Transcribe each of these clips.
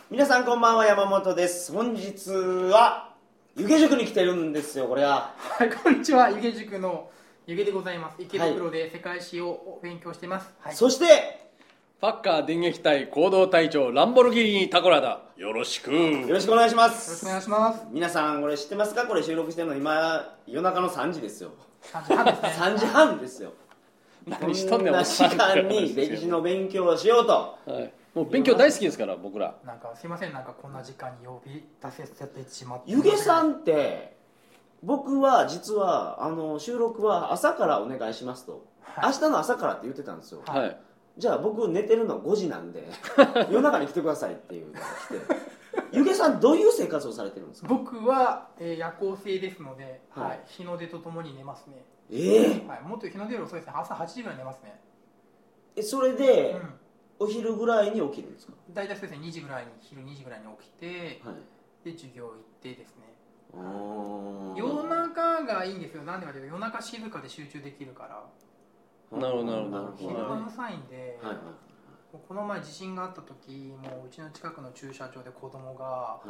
皆さんこんばんは、山本です。本日は湯気塾に来てるんですよ。これははい、こんにちは。湯気塾の湯気でございます。池袋で世界史を勉強してます、はい、 そしてパッカー電撃隊行動隊長ランボルギーニタコラだ。よろしくお願いします。 よろしくお願いします。 皆さんこれ知ってますか？これ収録してるの今夜中の3時ですよ。 3時半ですね。 3時半ですよ。 何しとんねん。 こんな時間に歴史の勉強をしようと、 はい、もう勉強大好きですから僕ら。 なんかすいません、なんかこんな時間に呼び出せてしまって。 湯気さんって僕は実は収録は朝からお願いしますと、はい、明日の朝からって言ってたんですよ、 はい、 じゃあ僕寝てるの5時なんで夜中に来てくださいっていうのが来て湯気さんどういう生活をされてるんですか？ 僕は、夜行性ですので、はいはい、日の出とともに寝ますね。はい、もっと日の出より遅いですね。朝8時ぐらい寝ますね。 それで、お昼ぐらいに起きるんですか？ 大体そうですね、2時ぐらいに昼2時ぐらいに起きて、はい、で授業行ってですね。夜中がいいんですよ。なんでかというと夜中静かで集中できるから。 なるほどなるほど。 昼間うるさいんで、 はいはい、 この前地震があった時もううちの近くの駐車場で子供が、はい、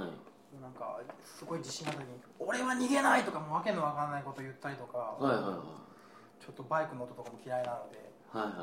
なんかすごい地震があった時に「俺は逃げない!」とかもうわけのわかんないこと言ったりとか、はいはいはい、ちょっとバイクの音とかも嫌いなので、はいはいはい、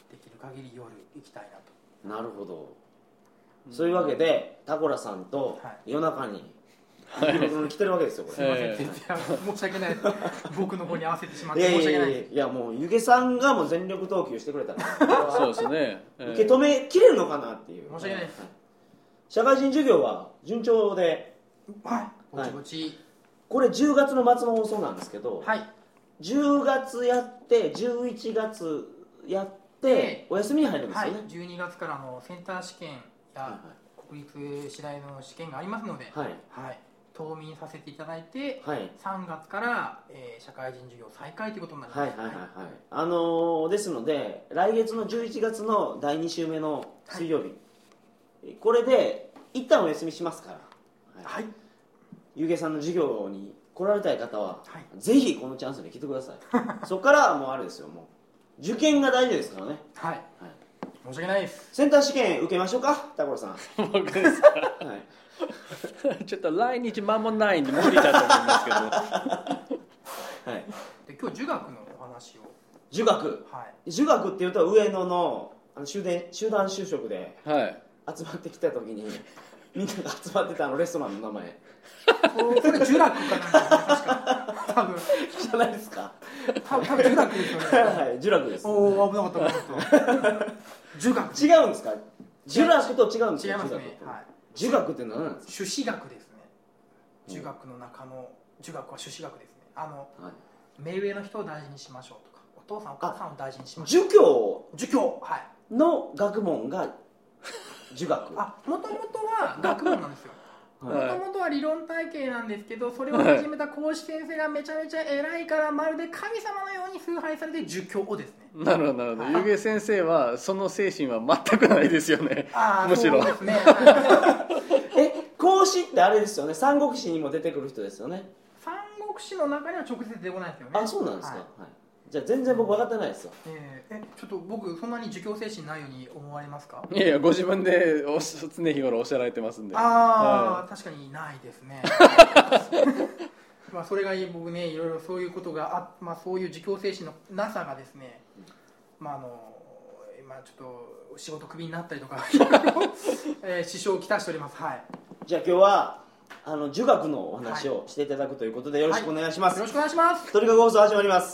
できる限り夜行きたいなと。なるほど。 そういうわけでタコラさんと夜中に来てるわけですよ。これすいません、申し訳ない僕の方に合わせてしまって申し訳ない。 いやもう湯気さんがもう全力投球してくれたからそうですね、 受け止めきれるのかなっていう。 申し訳ないです、 社会人授業は順調で、 はい、ぼちぼち、 これ10月の末の放送なんですけど、はい、10月やって11月やってお休みに入るんですよね、はい、 12月からのセンター試験や国立私大の試験がありますので、はいはい、冬眠させていただいて、はい、3月から、社会人授業再開ということになります。はいはいはいはい、ですので来月の11月の第2週目の水曜日、はい、これで一旦お休みしますから、はい、湯気さんの授業に来られたい方は、はい、ぜひこのチャンスに来てくださいそこからはもうあれですよ、もう受験が大事ですからね。はい、はい、 申し訳ないです。 センター試験受けましょうか、タコラさん。 僕ですか、はい、ちょっと来日間もないんで無理だと思いますけどはい、 で今日儒学のお話を。 儒学、はい、儒学っていうと上野の集団就職で集まってきた時に、はい、みんなが集まってたレストランの名前それ儒楽かなんか確か多分じゃないですか。 多分儒楽ですよね。 はい、儒楽です。 おお、危なかった儒学違うんですか？儒楽と違うんですか？ 違いますね。はい。 儒学って何なんですか？ 朱子学ですね。儒学の中の儒学は朱子学ですね。はい、目上の人を大事にしましょうとか、お父さんお母さんを大事にしましょう。儒教、はい、の学問が儒学。もともとは学問なんですよ。もともとは理論体系なんですけど、それを始めた孔子先生がめちゃめちゃ偉いからまるで神様のように崇拝されて儒教をですね。 なるほどなるほど。湯気先生はその精神は全くないですよね。むしろ。 そうですね。 孔子ってあれですよね。三国志にも出てくる人ですよね。 三国志の中には直接出てこないですよね。 あ、そうなんですか。はい。じゃあ全然僕分かってないですよ。 ちょっと僕そんなに儒教精神ないように思われますか？ いやいや、ご自分で常日頃おっしゃられてますんで。 はい、確かにないですねまあそれが僕ね、いろいろそういうことがそういう儒教精神のなさがですね、今ちょっと仕事クビになったりとか支障をきたしております。はい。 じゃあ今日は儒学のお話をしていただくということでよろしくお願いします。 よろしくお願いします。 とにかく放送始まります。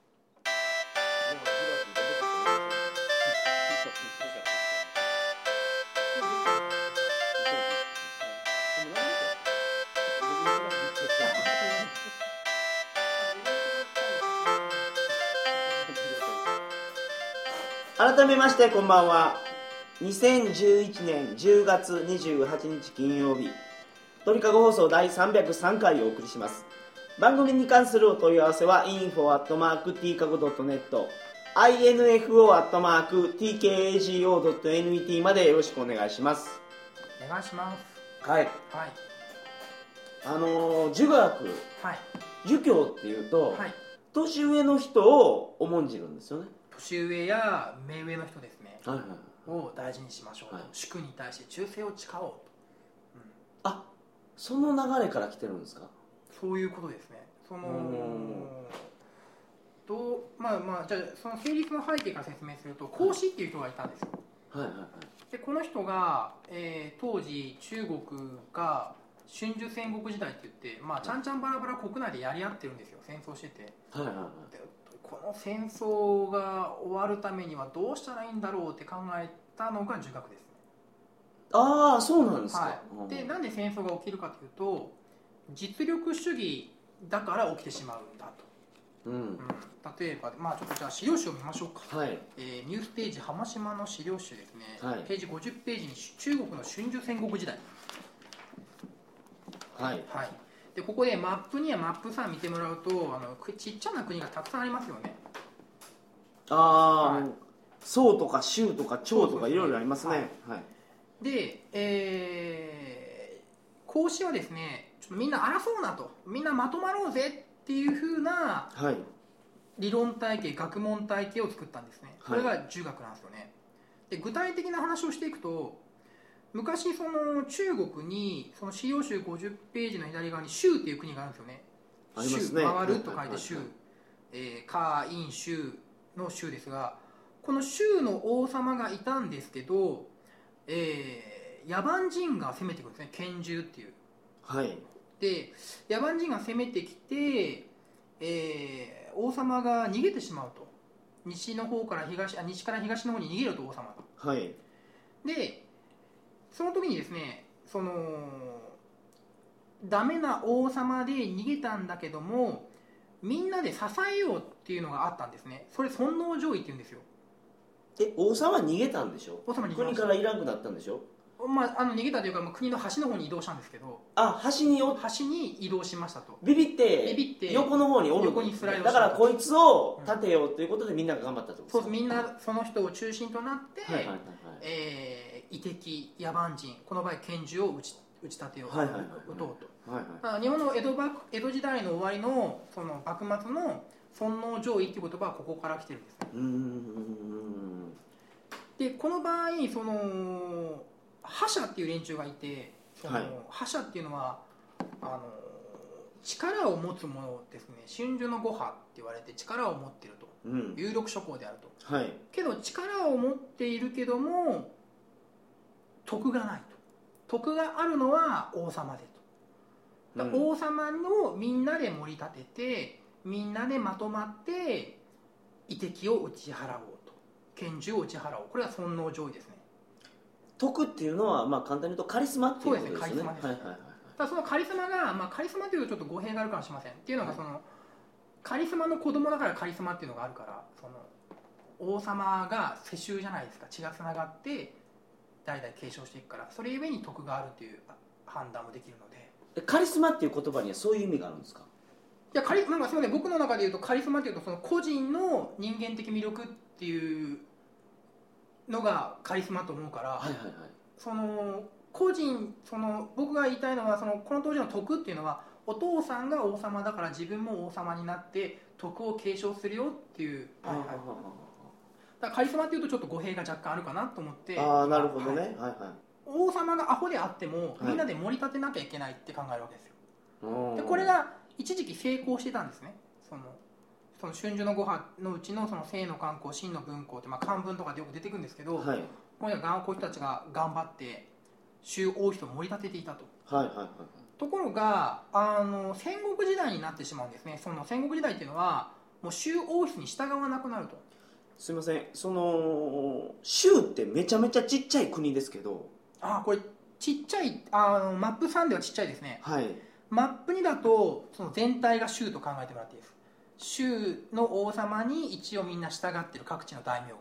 改めましてこんばんは。2011年10月28日金曜日、鳥かご放送第303回をお送りします。番組に関するお問い合わせは info@tkago.net info@tkago.net までよろしくお願いします。 お願いします。 はい、はい、儒学、はい、儒教っていうと、はい、年上の人を重んじるんですよね。 年上や目上の人ですね。はいはいはを大事にしましょうと、はい、主君に対して忠誠を誓おうと、 あ、その流れから来てるんですか。 そういうことですね。まあじゃあその成立の背景から説明すると、孔子っていう人がいたんですよ。 はいはいはい、 でこの人が、当時中国が春秋戦国時代って言って、ちゃんちゃんバラバラ国内でやり合ってるんですよ、戦争してて、はいはいはい、この戦争が終わるためにはどうしたらいいんだろうって考えたのが儒学ですね。 ああ、そうなんですか。 はい、でなんで戦争が起きるかというと、実力主義だから起きてしまうんだと、例えば、ちょっとじゃあ資料集を見ましょうか、はい、ニュースページ浜島の資料集ですね、はい、ページ50ページに中国の春秋戦国時代、はいはい、でここでマップにはマップさん見てもらうとちっちゃな国がたくさんありますよね。 はい、宋とか州とか趙とかいろいろありますね。 で、孔子はですね、ちょっとみんな争うなと、みんなまとまろうぜっていう風な理論体系、学問体系を作ったんですね。これが儒学なんですよね。で具体的な話をしていくと、昔その中国にその資料集50ページの左側に州っていう国があるんですよね。 ありますね。 回ると書いて州、夏陰州の州ですが、この州の王様がいたんですけど、野蛮人が攻めてくるんですね、拳銃っていう。はい、で野蛮人が攻めてきて、王様が逃げてしまうと、西から東の方に逃げると、王様が。はい、でその時にですね、ダメな王様で逃げたんだけども、みんなで支えようっていうのがあったんですね。それ尊王攘夷っていうんですよ。 王様逃げたんでしょ。 王様逃げました。 国からいらなくなったんでしょ。 逃げたというか、国の端の方に移動したんですけど、 端に移動しましたと。 ビビって横の方におる、 横にスライドした。 だからこいつを立てようということでみんなが頑張ったってことですか。 そう、みんなその人を中心となって、異敵野蛮人、この場合拳銃を打ち立てよう、撃とうと。日本の江戸時代の終わりのその幕末の尊王攘夷っていう言葉はここから来てるんですね。でこの場合覇者っていう連中がいて、覇者っていうのは力を持つものですね。春秋の5派って言われて力を持っていると、有力諸侯であると、けど力を持っているけども徳がないと。徳があるのは王様でと、王様をみんなで盛り立てて、みんなでまとまって異敵を打ち払おうと、拳銃を打ち払おう。これが尊王攘夷ですね。 徳っていうのは、簡単に言うとカリスマっていうことですね。 そうですね、カリスマです。ただそのカリスマが、カリスマというとちょっと語弊があるかもしれません。っていうのがカリスマの子供だからカリスマっていうのがあるから、王様が世襲じゃないですか、血がつながって代々継承していくから、それゆえに徳があるという判断もできるので。 カリスマっていう言葉にはそういう意味があるんですか。 いや、僕の中で言うとカリスマっていうと、その個人の人間的魅力っていうのがカリスマと思うから、個人、僕が言いたいのは、この当時の徳っていうのは、お父さんが王様だから自分も王様になって徳を継承するよっていう。だからカリスマっていうとちょっと語弊が若干あるかなと思って。 なるほどね。 王様がアホであっても、みんなで盛り立てなきゃいけないって考えるわけですよ。でこれが一時期成功してたんですね。その春秋の5派のうちの正の漢光、真の文光って、漢文とかでよく出てくるんですけど、こういう人たちが頑張って周王室を盛り立てていたと。ところが戦国時代になってしまうんですね。その戦国時代っていうのはもう周王室に従わなくなると。 すみません、周ってめちゃめちゃちっちゃい国ですけど、 これちっちゃいマップ3ではちっちゃいですね。マップ2だとその全体が州と考えてもらっていいです。州の王様に一応みんな従っている各地の大名が。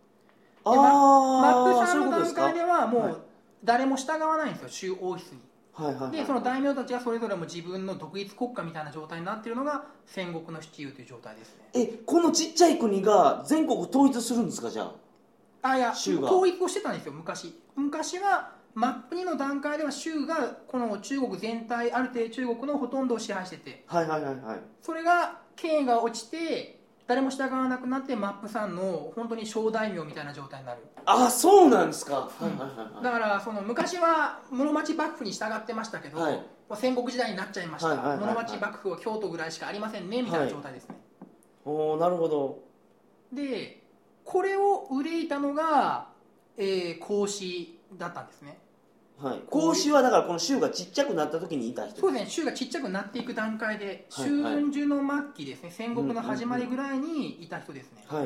マップ3の段階ではもう誰も従わないんですよ、州王室に。でその大名たちがそれぞれも自分の独立国家みたいな状態になっているのが戦国の七雄という状態ですね。 このちっちゃい国が全国統一するんですか。じゃあいや、統一をしてたんですよ。昔はマップ2の段階では州がこの中国全体、ある程度中国のほとんどを支配してて、それが権威が落ちて誰も従わなくなってマップさんの本当に小大名みたいな状態になる。 あ、そうなんですか。 だからその昔は室町幕府に従ってましたけど、はい、戦国時代になっちゃいました、室町幕府は京都ぐらいしかありませんねみたいな状態ですね、はい、 お、なるほど。 でこれを憂いたのが、孔子だったんですね。 はい、孔子はだからこの州がちっちゃくなった時にいた人。 そうですね、州がちっちゃくなっていく段階で、春秋の末期ですね、戦国の始まりぐらいにいた人ですね、 はい、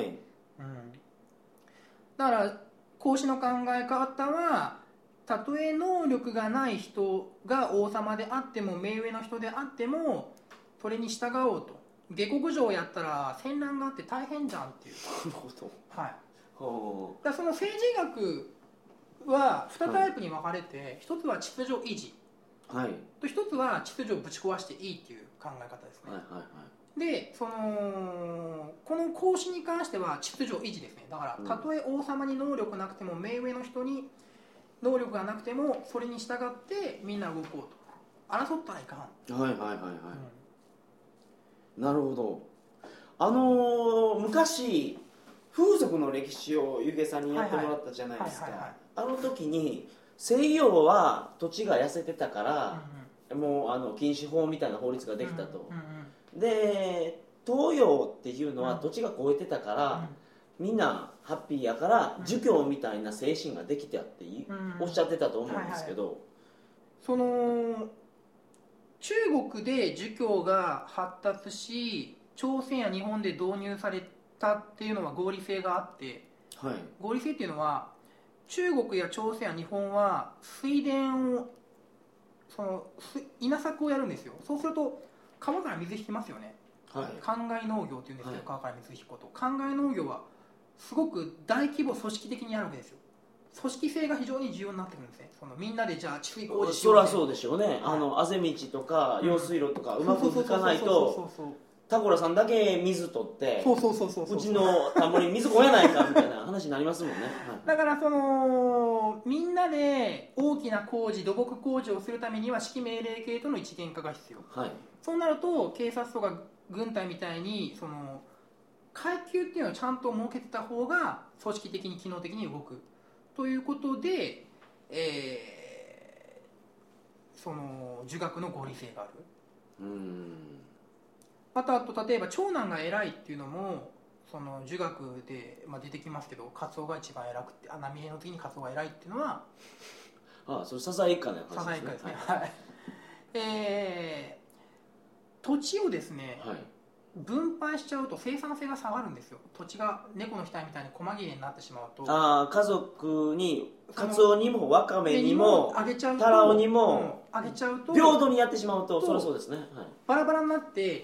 だから孔子の考え方は、たとえ能力がない人が王様であっても目上の人であってもそれに従おうと。下克上やったら戦乱があって大変じゃんっていう。 なるほど。 はい、だからその政治学は2タイプに分かれて、1つは秩序維持、 はい、 と1つは秩序をぶち壊していいっていう考え方ですね、でこの孔子に関しては秩序維持ですね。だからたとえ王様に能力なくても目上の人に能力がなくてもそれに従ってみんな動こうと、争ったらいかん。 はいはいはいはい、なるほど。昔風俗の歴史をゆげさんにやってもらったじゃないですか。あの時に西洋は土地が痩せてたから、もう禁止法みたいな法律ができたと、で東洋っていうのは土地が超えてたから、みんなハッピーやから儒教みたいな精神ができてあっておっしゃってたと思うんですけど、 その中国で儒教が発達し朝鮮や日本で導入されたっていうのは合理性があって、 はい、 合理性っていうのは中国や朝鮮や日本は水田を稲作をやるんですよ。そうすると川から水引きますよね、はい、灌漑農業っていうんですけど、川から水引くこと。灌漑農業はすごく大規模組織的にやるわけですよ。組織性が非常に重要になってくるんですね。みんなでじゃあ治水工事しよう、 そりゃそうでしょうね、あぜ道とか用水路とかうまくいかないと田倉さんだけ水取ってうちの田んぼに水こやないかみたいな話になりますもんね、はい、 だからみんなで大きな工事土木工事をするためには指揮命令系との一元化が必要、はい、そうなると警察とか軍隊みたいに階級っていうのをちゃんと設けてた方が組織的に機能的に動くということで、儒学の合理性がある。あと例えば長男が偉いっていうのも儒学で、出てきますけど、カツオが一番偉くて浪江の時にカツオが偉いっていうのはそれ笹一家の話ですね。笹一家ですね、はい、土地をですね、はい、分配しちゃうと生産性が下がるんですよ。土地が猫の額みたいに細切れになってしまうと、 家族にカツオにもワカメにもタラオにもあげちゃうと平等にやってしまうとそりゃそうですね、はい、 バラバラになって、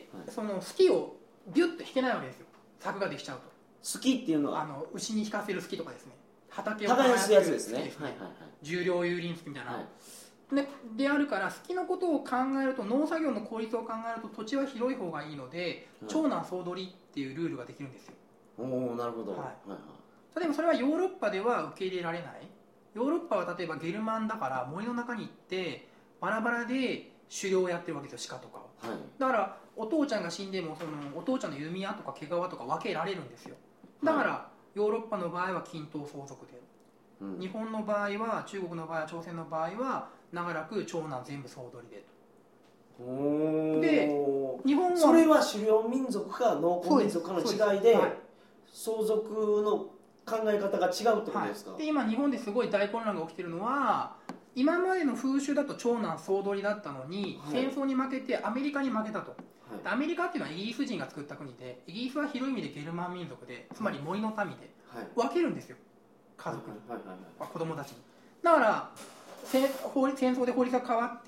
好きをビュッと引けないわけですよ。柵ができちゃうと。 好きっていうのは牛に引かせる好きとかですね、畑を耕すやつですね、 重量有林好きみたいな、であるから、好きなことを考えると、農作業の効率を考えると土地は広い方がいいので、長男総取りっていうルールができるんですよ。 なるほど、 例えばそれはヨーロッパでは受け入れられない。ヨーロッパは例えばゲルマンだから森の中に行ってバラバラで狩猟をやってるわけですよ、鹿とかを、だからお父ちゃんが死んでもお父ちゃんの弓矢とか毛皮とか分けられるんですよ。だから、ヨーロッパの場合は均等相続で、日本の場合は、中国の場合は、朝鮮の場合は長らく長男全部総取りでと。で日本はそれは狩猟民族か農耕民族かの違いで、相続の考え方が違うってことですか。 で今日本ですごい大混乱が起きてるのは、今までの風習だと長男総取りだったのに、戦争に負けてアメリカに負けたと、アメリカっていうのはイギリス人が作った国で、イギリスは広い意味でゲルマン民族で、つまり森の民で分けるんですよ、家族に、子供たちに。だから戦争で法律が変わって、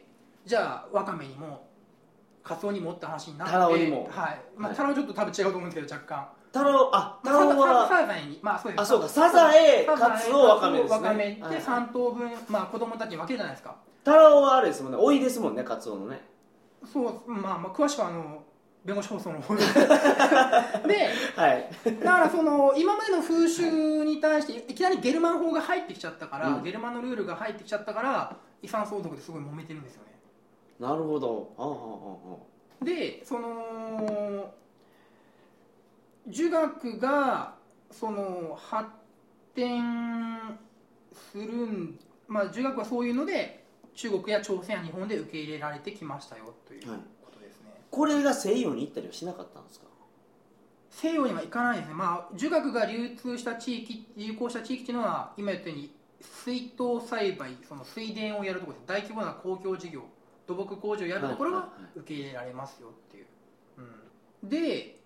じゃあワカメにもカツオにもって話になって、 タラオにも、 タラオちょっと多分違うと思うんですけど、若干タラオはサザエに、そうです。 そうか、サザエ、カツオ、ワカメですね。 ワカメで3等分、子供たちに分けるじゃないですか。 タラオはあれですもんね、老いですもんね、カツオのね。 そう、詳しくは弁護士放送の方でで、だから今までの風習に対していきなりゲルマン法が入ってきちゃったから、ゲルマンのルールが入ってきちゃったから遺産相続ですごい揉めてるんですよね。 なるほど。 で儒学がその発展する儒学はそういうので中国や朝鮮や日本で受け入れられてきましたよということですね、 これが西洋に行ったりはしなかったんですか？ 西洋には行かないですね。儒学が流行した地域っていうのは今言ったように水稻栽培、その水田をやるところです。大規模な公共事業、土木工事をやるところが受け入れられますよっていう、で、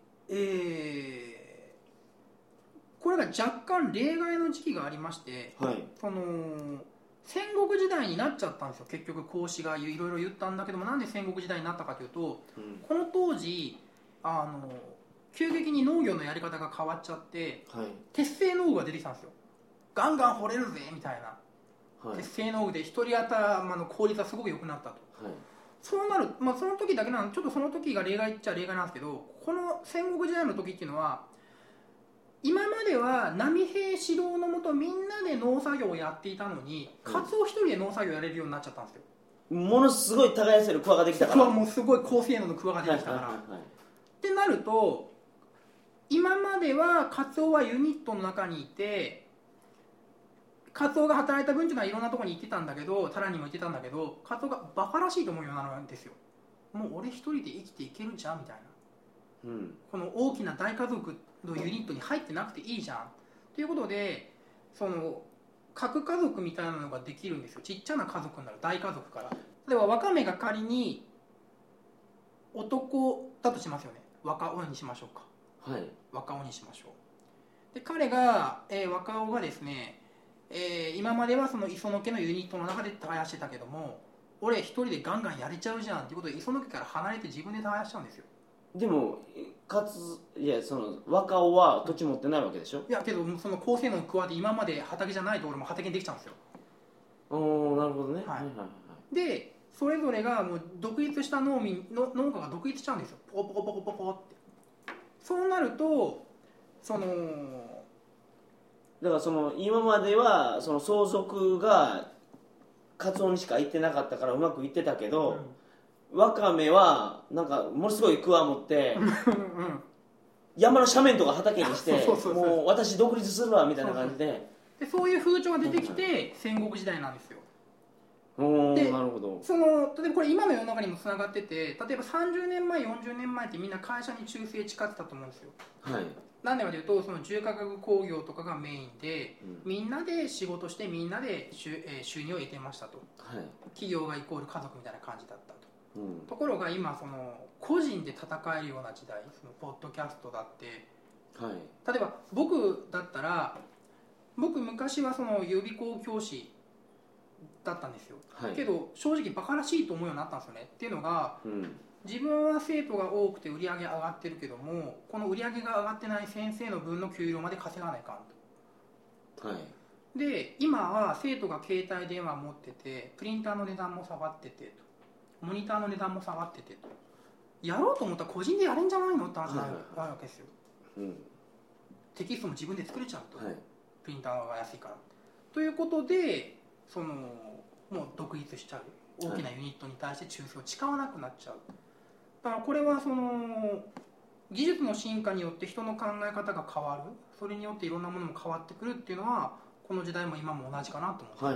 これが若干例外の時期がありまして、その戦国時代になっちゃったんですよ。結局孔子がいろいろ言ったんだけども、なんで戦国時代になったかというと、この当時急激に農業のやり方が変わっちゃって、鉄製農具が出てきたんですよ。ガンガン掘れるぜみたいな、鉄製農具で一人頭の効率がすごく良くなったと、そうなる、その時だけちょっとその時が例外っちゃ例外なんですけど、この戦国時代の時っていうのは今までは波平指導のもとみんなで農作業をやっていたのに、カツオ一人で農作業をやれるようになっちゃったんですよ。 ものすごい耕せるクワができたから、 もうすごい高性能のクワができたから、ってなると今まではカツオはユニットの中にいて、カツオが働いた分っていうのはいろんなところに行ってたんだけど、タラにも行ってたんだけど、カツオがバカらしいと思うようになるんですよ。もう俺一人で生きていけるじゃんみたいな、この大きな大家族のユニットに入ってなくていいじゃんということで、その核家族みたいなのができるんですよ。ちっちゃな家族になる、大家族から。例えばワカメが仮に男だとしますよね。若尾にしましょうか。若尾にしましょう。で彼が、若尾がですね、今まではその磯野家のユニットの中で耕してたけども、俺一人でガンガンやれちゃうじゃんっていうことで磯野家から離れて自分で耕しちゃうんですよ。 でもその若尾は土地持ってないわけでしょ。 いやけどその高性能のクワで今まで畑じゃないところも畑にできちゃうんですよ。 なるほどね。 でそれぞれがもう独立した農家が独立しちゃうんですよ。ポコポコポコポコって。そうなるとだからその今まではその相続がカツオにしか行ってなかったからうまくいってたけど、ワカメはなんかものすごいクワ持って山の斜面とか畑にしてもう私独立するわみたいな感じで、 そういう風潮が出てきて戦国時代なんですよ。 なるほど。 例えばこれ今の世の中にもつながってて、例えば30年前40年前ってみんな会社に忠誠誓ってたと思うんですよ。なんでかというとその重化学工業とかがメインで、みんなで仕事してみんなで収入を得てましたと、企業がイコール家族みたいな感じだったと、ところが今その個人で戦えるような時代、そのポッドキャストだって、例えば僕だったら昔はその予備校教師だったんですよ、けど正直バカらしいと思うようになったんですよね。っていうのが、自分は生徒が多くて売り上げ上がってるけども、この売り上げが上がってない先生の分の給料まで稼がないかんと、で今は生徒が携帯電話持っててプリンターの値段も下がっててと、モニターの値段も下がっててと、やろうと思ったら個人でやれんじゃないのって話になるわけですよ、テキストも自分で作れちゃうと、プリンターが安いからということで、もう独立しちゃう、大きなユニットに対して忠誠を誓わなくなっちゃう。だからこれはその技術の進化によって人の考え方が変わる、それによっていろんなものも変わってくるっていうのはこの時代も今も同じかなと思って、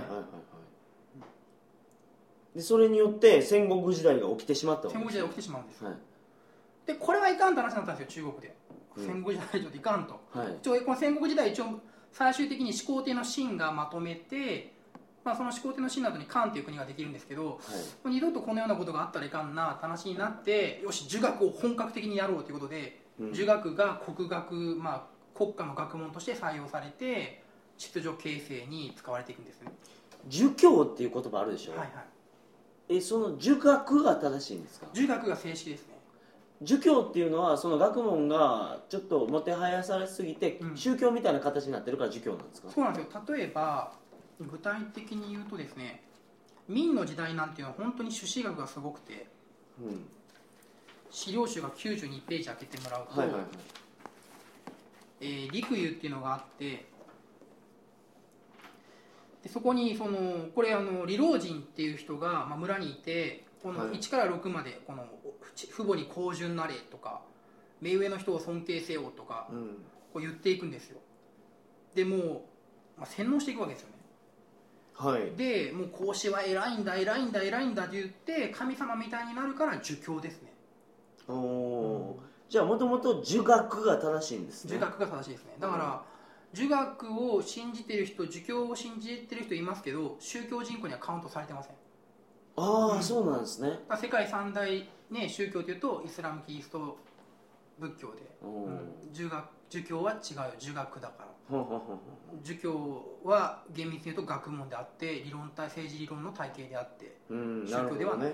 でそれによって戦国時代が起きてしまったわけです。 戦国時代が起きてしまうんですよ、でこれはいかんって話になったんですよ中国で、戦国時代ちょっといかんと、この戦国時代一応最終的に始皇帝の秦がまとめて、その始皇帝の秦の後に漢という国ができるんですけど、二度とこのようなことがあったらいかんなって話になって、よし儒学を本格的にやろうということで、儒学が国学、国家の学問として採用されて秩序形成に使われていくんですね。 儒教っていう言葉あるでしょ。その儒学が正しいんですか？ 儒学が正式ですね。 儒教っていうのはその学問がちょっともてはやされすぎて、宗教みたいな形になってるから儒教なんですか？ そうなんですよ。例えば具体的に言うとですね、明の時代なんていうのは本当に朱子学がすごくて、資料集が92ページ開けてもらうと、陸遊っていうのがあって、でそこにこれ李老人っていう人が、村にいて、この1から6までこの父母に孝順なれとか、 目上の人を尊敬せよとか、こう言っていくんですよ。でもう、洗脳していくわけですよね。 はい、 でもう孔子は偉いんだ偉いんだ偉いんだって言って神様みたいになるから儒教ですね。 じゃあもともと儒学が正しいんですね。 儒学が正しいですね。だから、儒学を信じてる人、儒教を信じてる人いますけど、宗教人口にはカウントされてません。 そうなんですね。 世界三大、ね、宗教というとイスラム、キリスト、仏教で、儒教は違う、儒学だから。儒教は厳密に言うと学問であって政治理論の体系であって、宗教ではない。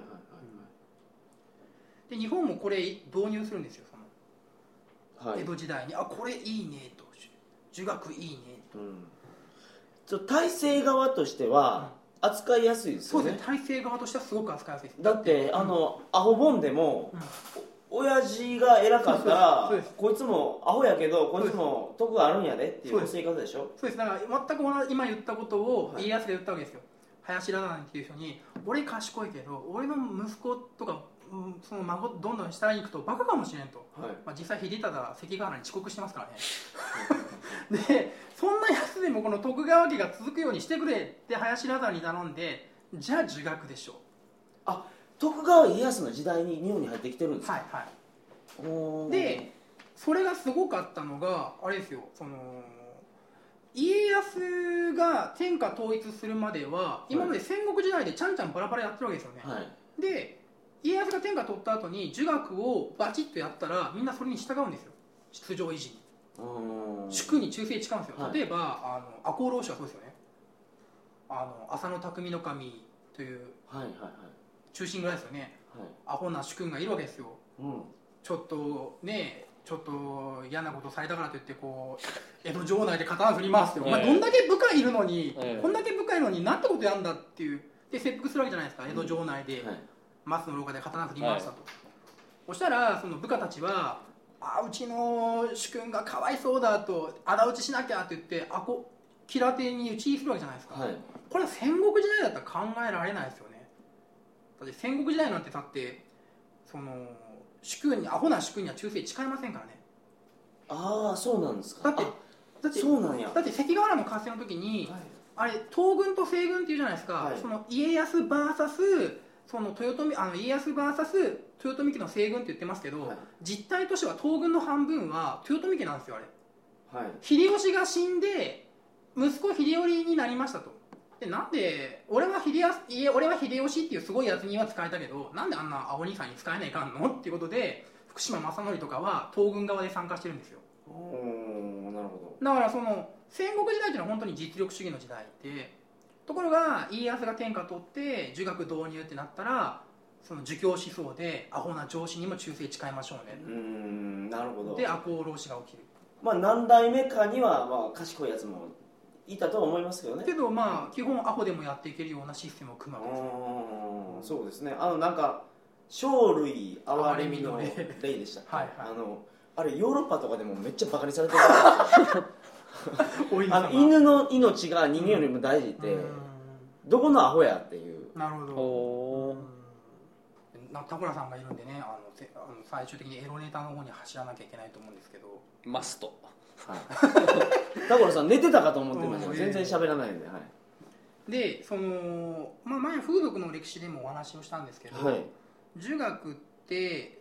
で日本もこれ導入するんですよ。江戸時代にこれいいねと、儒学いいねと、体制側としては扱いやすいですよね。 そうですね、体制側としてはすごく扱いやすいです。 だってアホボンでも、親父が偉かったらこいつもアホやけどこいつも得があるんやでっていう教え方でしょ。 そうです。だから全く同じ今言ったことを家康が言ったわけですよ。林田なんていう人に俺賢いけど俺の息子とかその孫どんどん下に行くとバカかもしれんと、実際秀忠関ヶ原に遅刻してますからねでそんなやつでもこの徳川家が続くようにしてくれって林田に頼んで、じゃあ儒学でしょう。 徳川家康の時代に日本に入ってきてるんですか。 でそれがすごかったのがあれですよ、家康が天下統一するまでは今まで戦国時代でちゃんちゃんバラバラやってるわけですよね。で家康が天下取った後に儒学をバチッとやったらみんなそれに従うんですよ。秩序維持に、主君に忠誠誓うんですよ。例えば赤穂浪士はそうですよね。浅野匠の神という忠臣蔵ですよね。アホな主君がいるわけですよ。ちょっと嫌なことされたからといってこう江戸城内で刀振り回すって、お前どんだけ部下いるのに、こんだけ部下いるのになんてことやんだっていうで切腹するわけじゃないですか。江戸城内で、松の廊下で刀振り回したと、そしたらその部下たちはうちの主君がかわいそうだと仇討ちしなきゃって言って吉良邸に討ち入りするわけじゃないですか。これは戦国時代だったら考えられないですよね。だって戦国時代なんてだってその主君にアホな主君には忠誠誓いませんからね。 そうなんですか。 だってそうなんや。 だって関ヶ原の合戦の時に、あれ東軍と西軍っていうじゃないですか。その家康 VS その家康 VS 豊臣家の西軍って言ってますけど、実態としては東軍の半分は豊臣家なんですよ。あれ、秀吉が死んで息子秀頼になりましたと。でなんで俺は秀吉っていうすごいやつには使えたけどなんであんな青兄さんに使えないかんのっていうことで福島正則とかは東軍側で参加してるんですよ。 なるほど。だからその戦国時代っていうのは本当に実力主義の時代で、ところが家康が天下取って儒学導入ってなったらその儒教思想でアホな上司にも忠誠誓いましょうね。 なるほど。 で赤穂浪士が起きる。 何代目かには賢いやつもいたとは思いますけどね。 けど基本アホでもやっていけるようなシステムを組むわけですよ。 そうですね。なんか生類憐れみの例でしたっけ。あれヨーロッパとかでもめっちゃバカにされてる犬の命が人間よりも大事ってどこのアホやっていう。 なるほど。田倉さんがいるんでね、最終的にエロネタの方に走らなきゃいけないと思うんですけど。 マスト。 田倉さん寝てたかと思ってました。全然喋らないんで。 で前風俗の歴史でもお話をしたんですけど、儒学って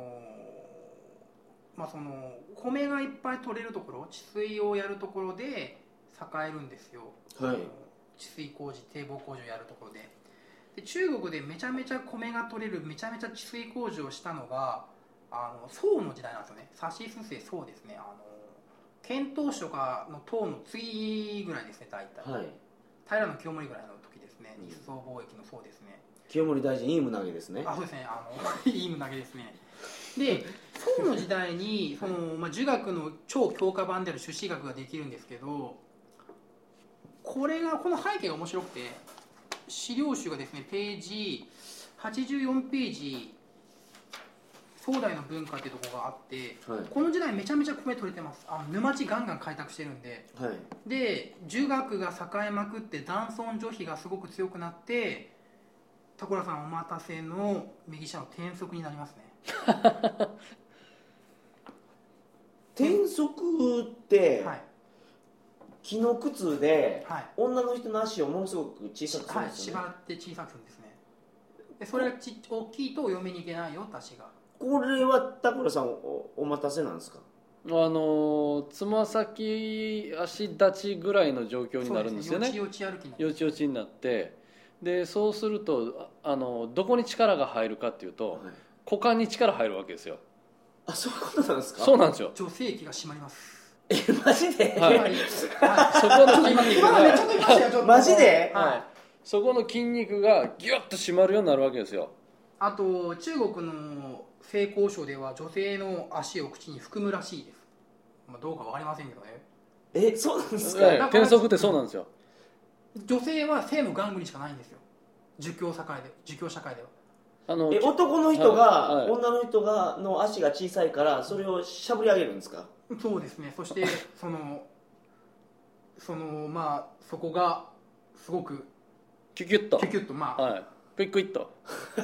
米がいっぱい取れるところ、治水をやるところで栄えるんですよ。治水工事、堤防工事をやるところで。中国でめちゃめちゃ米が取れるめちゃめちゃ治水工事をしたのが宋の時代なんですよね。さしすせ宋ですね。遣唐使とかの唐の次ぐらいですね、大体。平清盛ぐらいの時ですね。日宋貿易の宋ですね。 清盛大臣いい胸毛ですね。 そうですね。いい胸毛ですね。で宋の時代に儒学の超強化版である朱子学ができるんですけど、この背景が面白くて、資料集がですねページ84ページ宋代の文化っていうところがあって、この時代めちゃめちゃ米取れてます。沼地ガンガン開拓してるんで、で儒学が栄えまくって男尊女卑がすごく強くなって、田倉さんお待たせの右下の転則になりますね。 転足って、 はい、 木の靴で、 はい、 女の人の足をものすごく小さくするんですよね、 はい、縛って小さくするんですね。でそれが大きいとお嫁に行けないよって足が。 これは田倉さん お待たせなんですか？ つま先足立ちぐらいの状況になるんですよね。 よちよち歩きよちよちになって、でそうするとどこに力が入るかっていうと、はい、股間に力入るわけですよ。 あ、そういうことなんですか？ そうなんですよ。 女性器が締まります。 マジで？ はい、はい、そこの筋肉がマジで？ はい、そこの筋肉がギュッと締まるようになるわけですよ。 あと中国の性交渉では女性の足を口に含むらしいです。まあ、どうかわかりませんけどね。 そうなんですか？ 転足ってそうなんですよ。 女性は性の玩具にしかないんですよ。儒教社会では。 男の人が、はい、女の人がの足が小さいからそれをしゃぶり上げるんですか？ そうですね。そしてまあそこがすごくキュキュッとまあ、 はい、クイックイッと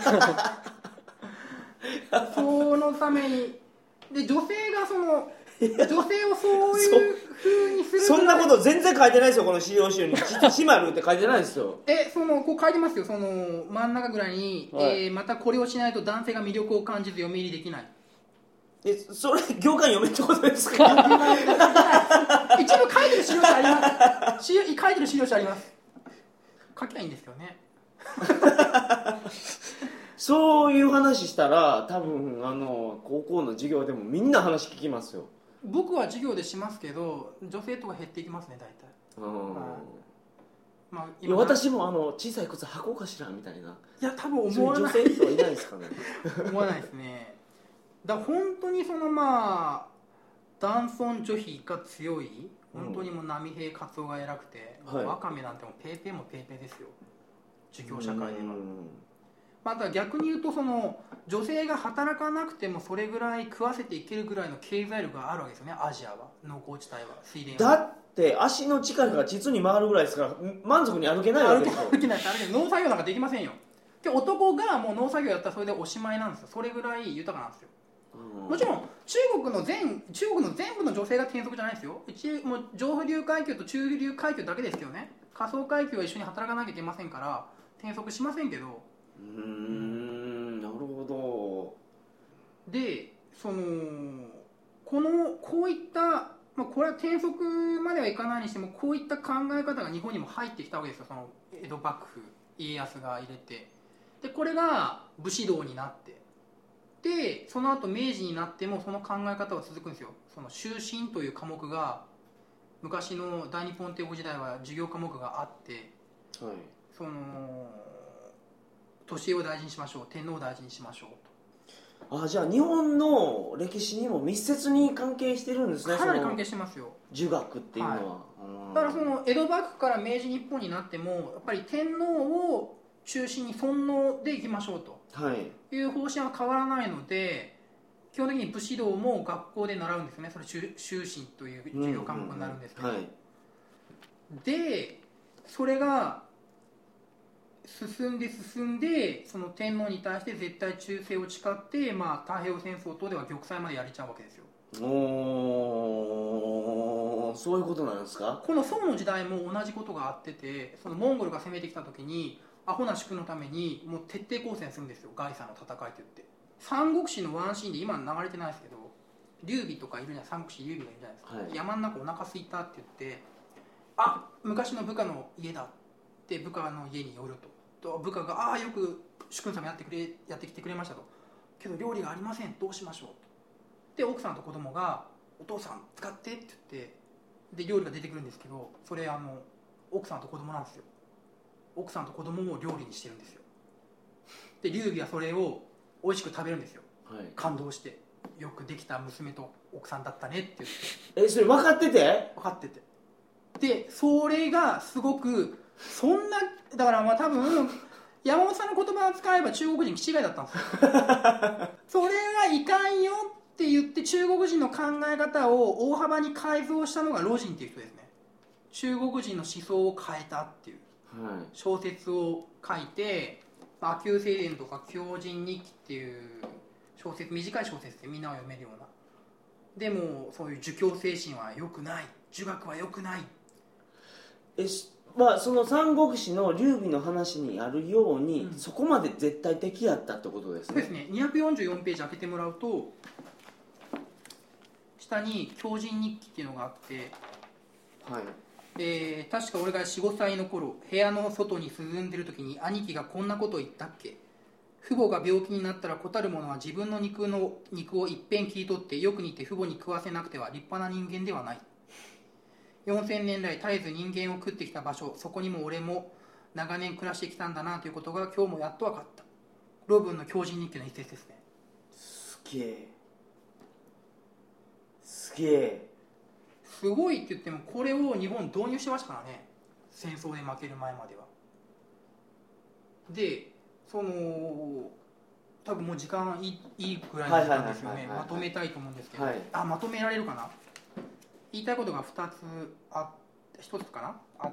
そのためにで女性が女性をそういう風にするそんなこと全然書いてないですよ、この資料集に。閉まるって書いてないですよ。 こう書いてますよ。真ん中ぐらいに、はい、またこれをしないと男性が魅力を感じず嫁入りできない。 それ業界読めってことですか？ 一部書いてる資料書あります。書いてる資料書あります。書きゃいいんですよね。 そういう話したら多分高校の授業でもみんな話聞きますよ。 僕は授業でしますけど女性とか減っていきますね、大体。 まあ、いや私も小さい靴履こうかしらみたいな。 いや多分思わない。 女性の人はいないですかね。 思わないですね。だから本当にまあ男尊女卑が強い、本当にもう波平カツオが偉くて、ワカメなんてもペーペーもペーペーですよ、儒教社会では。また逆に言うと女性が働かなくてもそれぐらい食わせていけるぐらいの経済力があるわけですよね、アジアは。農耕地帯は水田は。だって足の力が実に回るぐらいですから満足に歩けないわけですよ。 歩けないです。農作業なんかできませんよ。で男がもう農作業やったらそれでおしまいなんですよ。それぐらい豊かなんですよ。もちろん中国の全部の女性が転属じゃないですよ。もう上流階級と中流階級だけですけどね。下層階級は一緒に働かなきゃいけませんから転属しませんけど。 なるほど。でこういった、これは転属まではいかないにしてもこういった考え方が日本にも入ってきたわけですよ。江戸幕府家康が入れて、でこれが武士道になって、でその後明治になってもその考え方は続くんですよ。修身という科目が昔の大日本帝国時代は授業科目があって、はい、年上を大事にしましょう、天皇を大事にしましょうと。じゃあ日本の歴史にも密接に関係してるんですね。 かなり関係してますよ、 儒学っていうのは、 はい、だから江戸幕府から明治日本になってもやっぱり天皇を中心に尊皇でいきましょうと、はい、いう方針は変わらないので、基本的に武士道も学校で習うんですよね。それ修身という授業科目になるんですけど、はい、でそれが進んでその天皇に対して絶対忠誠を誓って、太平洋戦争等では玉砕までやれちゃうわけですよ。 そういうことなんですか。 この宋の時代も同じことがあってて、モンゴルが攻めてきた時にアホな主君のためにもう徹底抗戦するんですよ。凱旋の戦いといって、三国志のワンシーンで今流れてないですけど、劉備とかいるじゃない、三国志劉備がいるじゃないですか、はい、山の中お腹すいたって言って、昔の部下の家だって部下の家に寄ると、部下がよく主君様やってきてくれましたと、けど料理がありません、どうしましょうと。で奥さんと子供がお父さん使ってって言って、で料理が出てくるんですけど、それ奥さんと子供なんですよ。奥さんと子供を料理にしてるんですよ。で劉備はそれを美味しく食べるんですよ、はい、感動して、よくできた娘と奥さんだったねって言って。 それ分かっててでそれがすごくだから多分山本さんの言葉を使えば中国人気違いだったんですよ。それはいかんよって言って中国人の考え方を大幅に改造したのが魯迅っていう人ですね。中国人の思想を変えたっていう小説を書いて、阿久正伝とか狂人日記っていう小説、短い小説でみんなが読めるようなでもそういう儒教精神は良くない、儒学は良くない。 まあ、その三国志の劉備の話にあるように、そこまで絶対的やったってことですね。 そうですね。244ページ開けてもらうと、下に狂人日記っていうのがあって、 はい、 確か俺が 4,5 歳の頃、部屋の外に涼んでる時に兄貴がこんなことを言ったっけ。父母が病気になったら子たる者は自分の肉をいっぺん切り取ってよく煮て父母に食わせなくては立派な人間ではない。4000年来絶えず人間を食ってきた場所、そこにも俺も長年暮らしてきたんだなということが今日もやっと分かった。ロブンの狂人日記の一節ですね。 すげえすげえ。 すごいって言ってもこれを日本導入してましたからね、戦争で負ける前までは。でその多分もう時間いいぐらいの時間ですよね。まとめたいと思うんですけど、まとめられるかな。言いたいことが1つかなあって、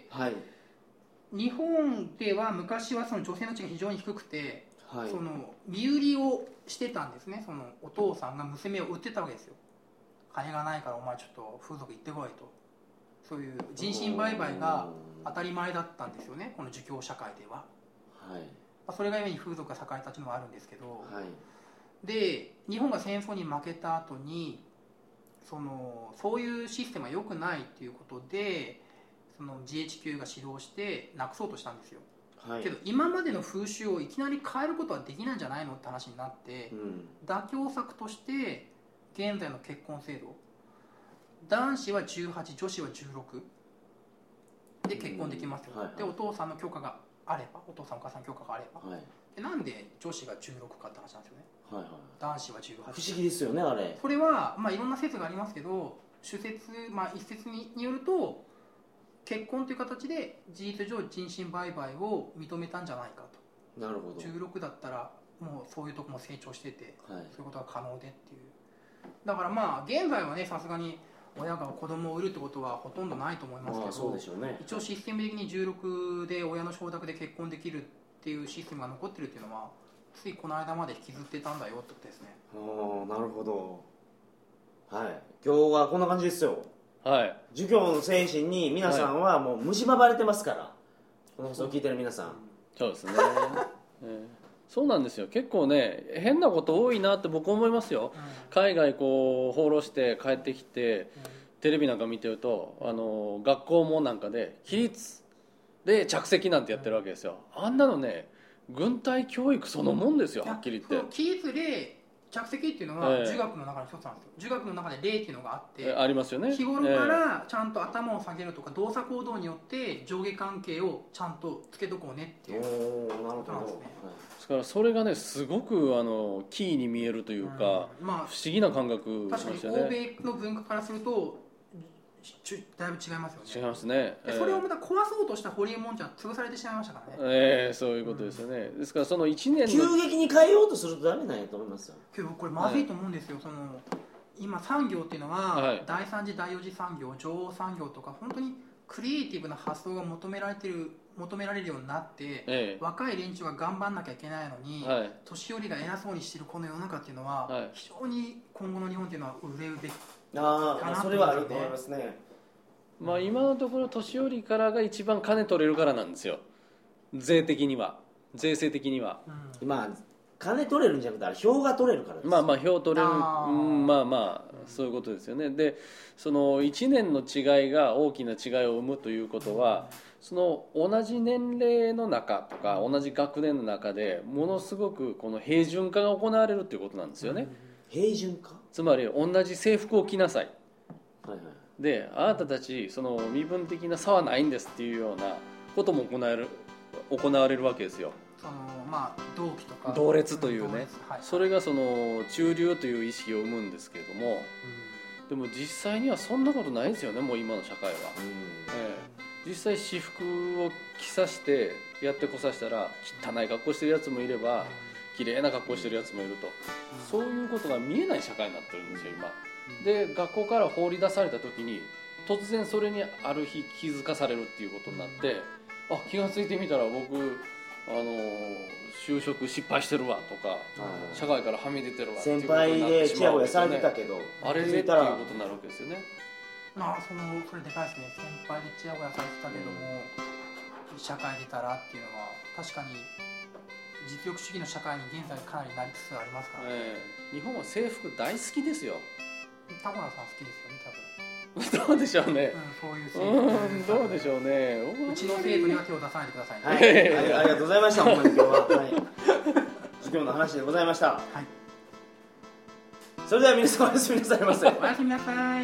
はい、 日本では昔はその女性の地が非常に低くて、 はい、 その身売りをしてたんですね。そのお父さんが娘を売ってたわけですよ。金がないからお前ちょっと風俗行ってこいと。そういう人身売買が当たり前だったんですよね、この儒教社会では。 はい、 それがゆえに風俗が栄えたっていうのもあるんですけど、 はい、 で日本が戦争に負けた後にそういうシステムは良くないっていうことでその GHQ が指導してなくそうとしたんですよ、はい、けど今までの風習をいきなり変えることはできないんじゃないのって話になって、妥協策として現在の結婚制度、男子は18、女子は16で結婚できますよ、でお父さんの許可があれば、お父さんお母さんの許可があれば、でなんで女子が16かって話なんですよね、男子は18。 不思議ですよねあれ。 これは、いろんな説がありますけど、一説によると結婚という形で事実上人身売買を認めたんじゃないかと。 なるほど。 16だったらもうそういうとこも成長してて、そういうことが可能でっていう。だから現在はね、さすがに親が子供を売るってことはほとんどないと思いますけど、 そうでしょうね、 一応システム的に16で親の承諾で結婚できるっていうシステムが残ってるっていうのはついこの間まで引きずってたんだよってことですね。 なるほど。はい、今日はこんな感じですよ。はい、儒教の精神に皆さんはもう蝕まれてますから、この放送を聞いてる皆さん。 そうですね、そうなんですよ。結構ね変なこと多いなって僕思いますよ、海外放浪して帰ってきて、テレビなんか見てると学校もなんかで起立で着席なんてやってるわけですよ。あんなのね軍隊教育そのもんですよ、はっきり言って。 起立で着席っていうのは儒学の中の一つなんですよ。儒学の中で礼っていうのがあって、 ありますよね。 日頃からちゃんと頭を下げるとか動作行動によって上下関係をちゃんとつけとこうねっていうことなんですね。 ですからそれがねすごくキーに見えるというか、不思議な感覚ですよね。 確かに欧米の文化からするとだいぶ違いますよね。 違いますね。 それをまた壊そうとしたホリエモンちゃん潰されてしまいましたからね。 そういうことですよね。ですからその1年の急激に変えようとするとダメなんやと思いますよ。 けどこれまずいと思うんですよ。今産業っていうのは、第3次第4次産業、情報産業とか本当にクリエイティブな発想が求められるようになって、若い連中が頑張んなきゃいけないのに、年寄りが偉そうにしてるこの世の中っていうのは、非常に今後の日本っていうのは憂うべきかなとそれはあると思いますね。 今のところ年寄りからが一番金取れるからなんですよ。税的には、税制的には、 金取れるんじゃなくてあれ票が取れるからです。 票取れる、そういうことですよね。でその1年の違いが大きな違いを生むということは、その同じ年齢の中とか同じ学年の中でものすごくこの平準化が行われるということなんですよね。 平準化、 つまり同じ制服を着なさい、であなたたちその身分的な差はないんですっていうようなことも行われるわけですよ。 同期とか同列というね、それがその中流という意識を生むんですけれども、でも実際にはそんなことないですよね。もう今の社会は、実際私服を着さしてやってこさせたら汚い格好してるやつもいれば綺麗な格好してるやつもいると、そういうことが見えない社会になってるんですよ今で。学校から放り出された時に突然それにある日気づかされるっていうことになって、気がついてみたら僕就職失敗してるわとか、社会からはみ出てるわっていう先輩でチヤホヤされてたけど、 あれでっていうことになるわけですよね。 それでかいですね。先輩でチヤホヤされてたけども、社会出たらっていうのは確かに実力主義の社会に現在かなりなりつつありますからね。 日本は制服大好きですよ。 田村さん好きですよね、多分。 どうでしょうね。 そういう制服。 どうでしょうね。 うちの生徒には手を出さないでくださいね。 はい、ありがとうございました。ほんまに今日は、授業の話でございました。はい。それでは皆さんおやすみなさいませ。 おやすみなさい。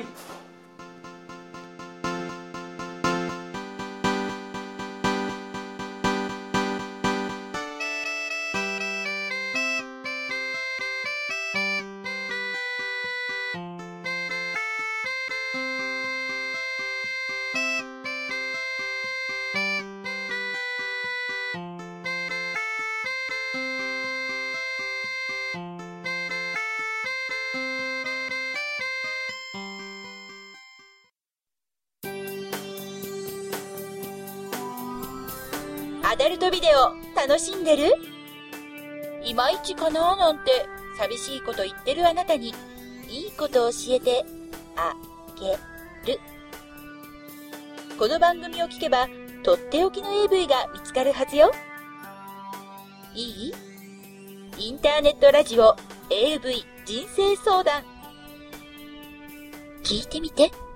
アダルトビデオ楽しんでる？いまいちかなーなんて寂しいこと言ってるあなたにいいこと教えてあげる。この番組を聞けばとっておきの AV が見つかるはずよ。いい？インターネットラジオ AV 人生相談聞いてみて。